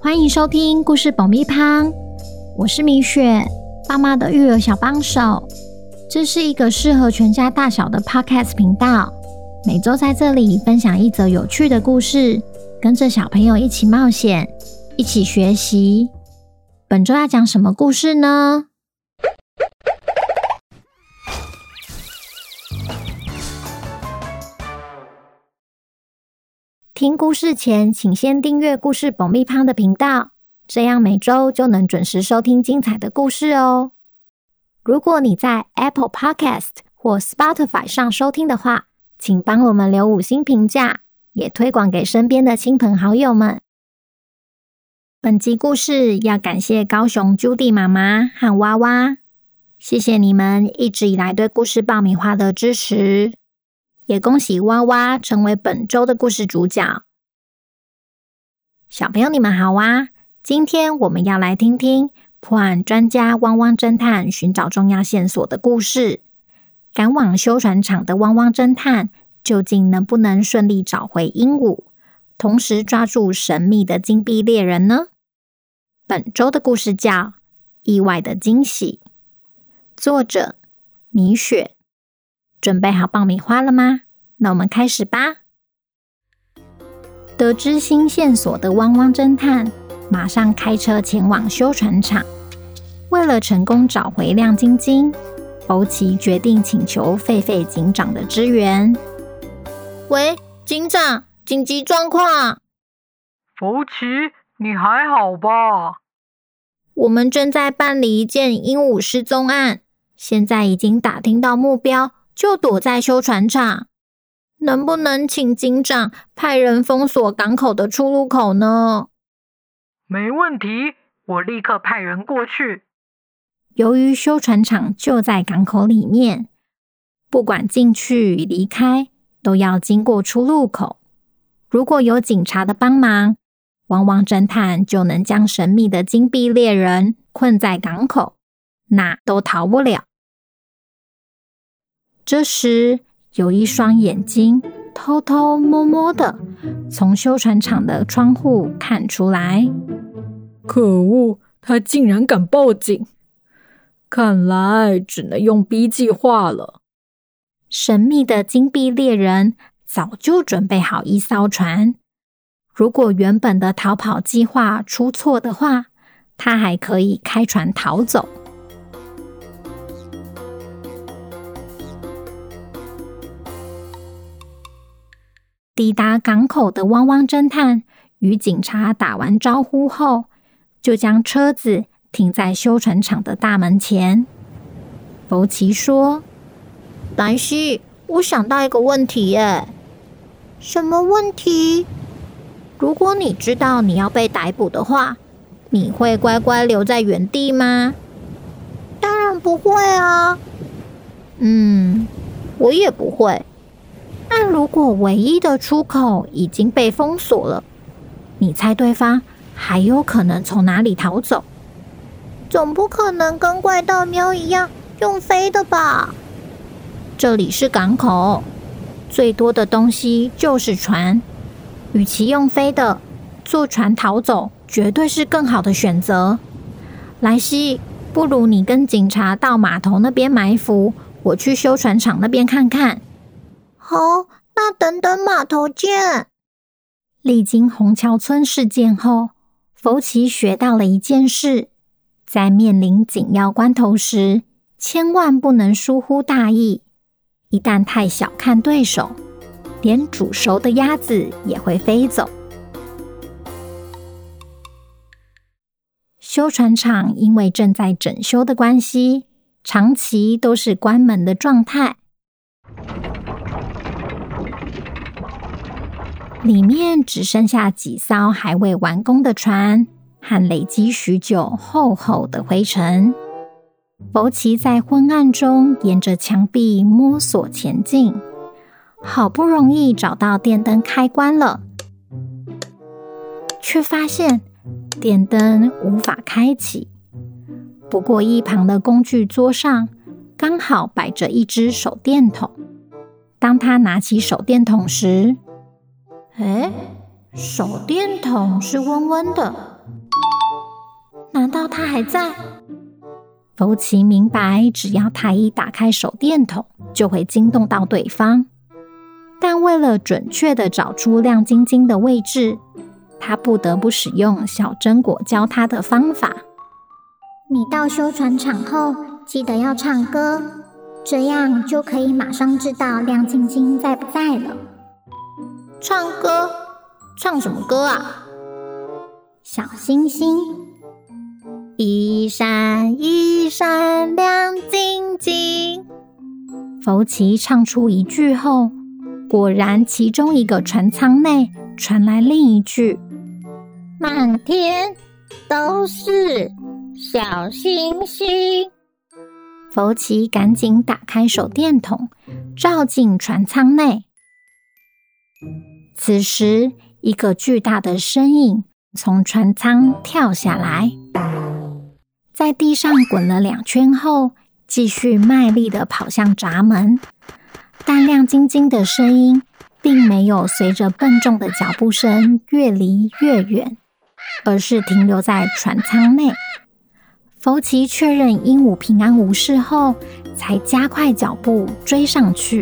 欢迎收听故事爆米花，我是米雪，爸妈的育儿小帮手。这是一个适合全家大小的 Podcast 频道，每周在这里分享一则有趣的故事，跟着小朋友一起冒险，一起学习。本周要讲什么故事呢？听故事前，请先订阅故事爆米花的频道，这样每周就能准时收听精彩的故事哦。如果你在 Apple Podcast 或 Spotify 上收听的话，请帮我们留5星评价，也推广给身边的亲朋好友们。本集故事要感谢高雄 Judy 妈妈和娃娃，谢谢你们一直以来对故事爆米花的支持，也恭喜娃娃成为本周的故事主角。小朋友你们好啊，今天我们要来听听破案专家汪汪侦探寻找重要线索的故事。赶往修船厂的汪汪侦探究竟能不能顺利找回鹦鹉，同时抓住神秘的金币猎人呢？本周的故事叫《意外的惊喜》，作者米雪。准备好爆米花了吗？那我们开始吧。得知新线索的汪汪侦探马上开车前往修船厂。为了成功找回亮晶晶，欧奇决定请求狒狒警长的支援。喂，警长，紧急状况！ 福奇，你还好吧？ 我们正在办理一件鹦鹉失踪案，现在已经打听到目标，就躲在修船厂。能不能请警长派人封锁港口的出入口呢？ 没问题，我立刻派人过去。 由于修船厂就在港口里面，不管进去与离开都要经过出入口。如果有警察的帮忙，汪汪侦探就能将神秘的金币猎人困在港口，哪都逃不了。这时有一双眼睛偷偷摸摸的从修船厂的窗户看出来。 可恶，他竟然敢报警！看来只能用 B 计划了。 神秘的金币猎人早就准备好一艘船，如果原本的逃跑计划出错的话，他还可以开船逃走。抵达港口的汪汪侦探与警察打完招呼后，就将车子停在修船厂的大门前。福奇说：兰西，我想到一个问题耶。什么问题？如果你知道你要被逮捕的话，你会乖乖留在原地吗？当然不会啊。我也不会。但如果唯一的出口已经被封锁了，你猜对方还有可能从哪里逃走？总不可能跟怪盗喵一样用飞的吧？这里是港口，最多的东西就是船，与其用飞的，坐船逃走绝对是更好的选择。莱西，不如你跟警察到码头那边埋伏，我去修船厂那边看看。好，那等等码头见。历经虹桥村事件后，福奇学到了一件事，在面临紧要关头时，千万不能疏忽大意。一旦太小看对手，连煮熟的鸭子也会飞走。修船厂因为正在整修的关系，长期都是关门的状态。里面只剩下几艘还未完工的船和累积许久厚厚的灰尘。福奇在昏暗中沿着墙壁摸索前进，好不容易找到电灯开关了，却发现电灯无法开启。不过一旁的工具桌上刚好摆着一只手电筒。当他拿起手电筒时，手电筒是温温的， 难道他还在？福奇明白，只要他一打开手电筒，就会惊动到对方。但为了准确地找出亮晶晶的位置，他不得不使用小榛果教他的方法。 你到修船厂后，记得要唱歌，这样就可以马上知道亮晶晶在不在了。 唱歌？唱什么歌啊？ 小星星， 一闪一闪亮晶晶。福奇唱出一句后，果然其中一个船舱内传来另一句： 满天都是小星星。 福奇赶紧打开手电筒，照进船舱内。此时，一个巨大的身影从船舱跳下来，在地上滚了2圈后，继续卖力地跑向闸门。但亮晶晶的声音并没有随着笨重的脚步声越离越远，而是停留在船舱内。福奇确认鹦鹉平安无事后，才加快脚步追上去。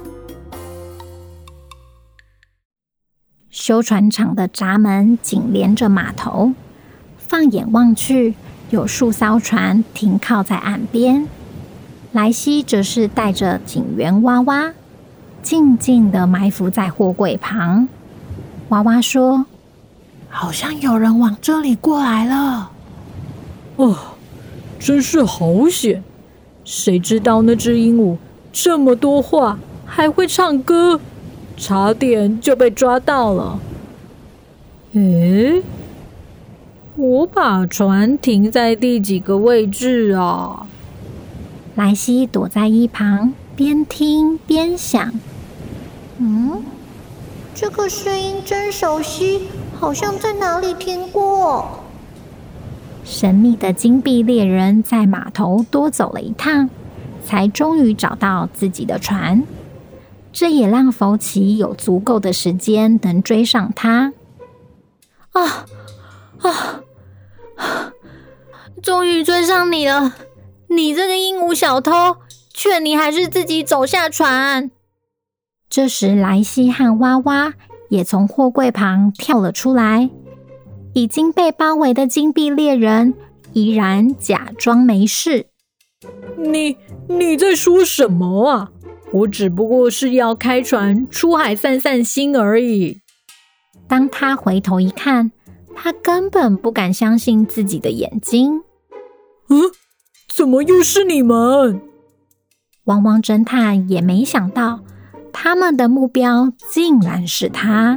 修船厂的闸门紧连着码头，放眼望去，有数艘船停靠在岸边。莱西则是带着警员娃娃，静静地埋伏在货柜旁。娃娃说：“ 好像有人往这里过来了。” 哦，真是好险！谁知道那只鹦鹉这么多话，还会唱歌，差点就被抓到了。诶，我把船停在第几个位置啊？ 莱西躲在一旁，边听边想： 这个声音真熟悉，好像在哪里听过。 神秘的金币猎人在码头多走了一趟，才终于找到自己的船。这也让福奇有足够的时间能追上他。终于追上你了！你这个鹦鹉小偷，劝你还是自己走下船。这时，莱西和娃娃也从货柜旁跳了出来。已经被包围的金币猎人依然假装没事。 你在说什么啊？我只不过是要开船出海散散心而已。 当他回头一看，他根本不敢相信自己的眼睛。 怎么又是你们？ 汪汪侦探也没想到，他们的目标竟然是他。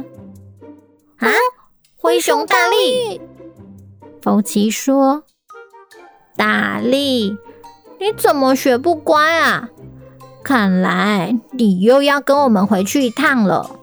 灰熊大力！ 福奇说：“大力，你怎么学不乖啊？看来你又要跟我们回去一趟了。”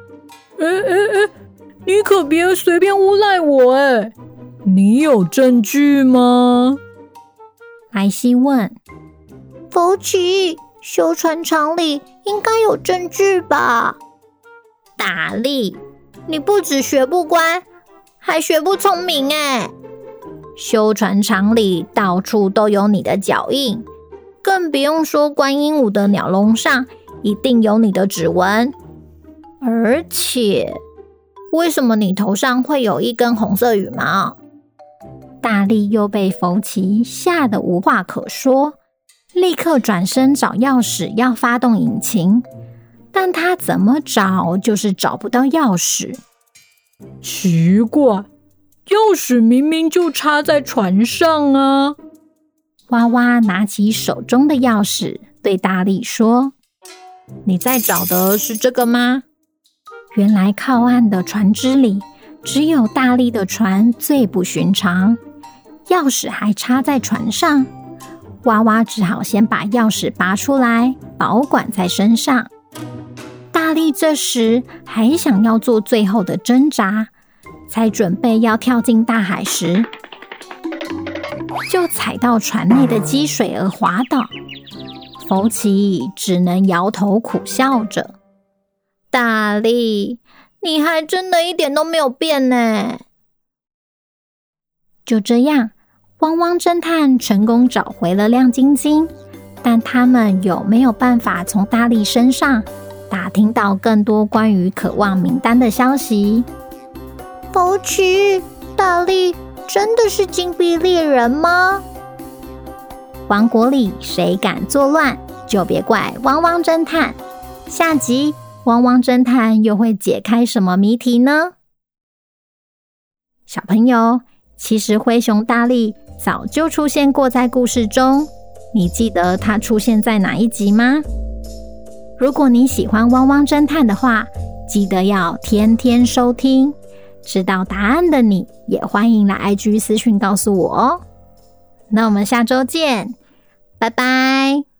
你可别随便诬赖我你有证据吗？ 莱西问。 福奇，修船厂里应该有证据吧？ 大力，你不只学不乖，还学不聪明修船厂里到处都有你的脚印，更不用说观音舞的鸟笼上一定有你的指纹。而且，为什么你头上会有一根红色羽毛？大力又被福奇吓得无话可说，立刻转身找钥匙要发动引擎，但他怎么找就是找不到钥匙。 奇怪，钥匙明明就插在船上啊！ 娃娃拿起手中的钥匙，对大力说：“你在找的是这个吗？”原来靠岸的船只里，只有大力的船最不寻常，钥匙还插在船上。娃娃只好先把钥匙拔出来，保管在身上。大力这时还想要做最后的挣扎，才准备要跳进大海时，就踩到船内的积水而滑倒。福奇只能摇头苦笑着。大力，你还真的一点都没有变呢。就这样， 汪汪侦探成功找回了亮晶晶，但他们有没有办法从大力身上打听到更多关于渴望名单的消息？ 福奇，大力真的是金币猎人吗？ 王国里谁敢作乱，就别怪汪汪侦探。下集汪汪侦探又会解开什么谜题呢？小朋友，其实灰熊大力早就出现过在故事中，你记得他出现在哪一集吗？如果你喜欢汪汪侦探的话，记得要天天收听。知道答案的你也欢迎来 IG 私讯告诉我哦。那我们下周见，拜拜。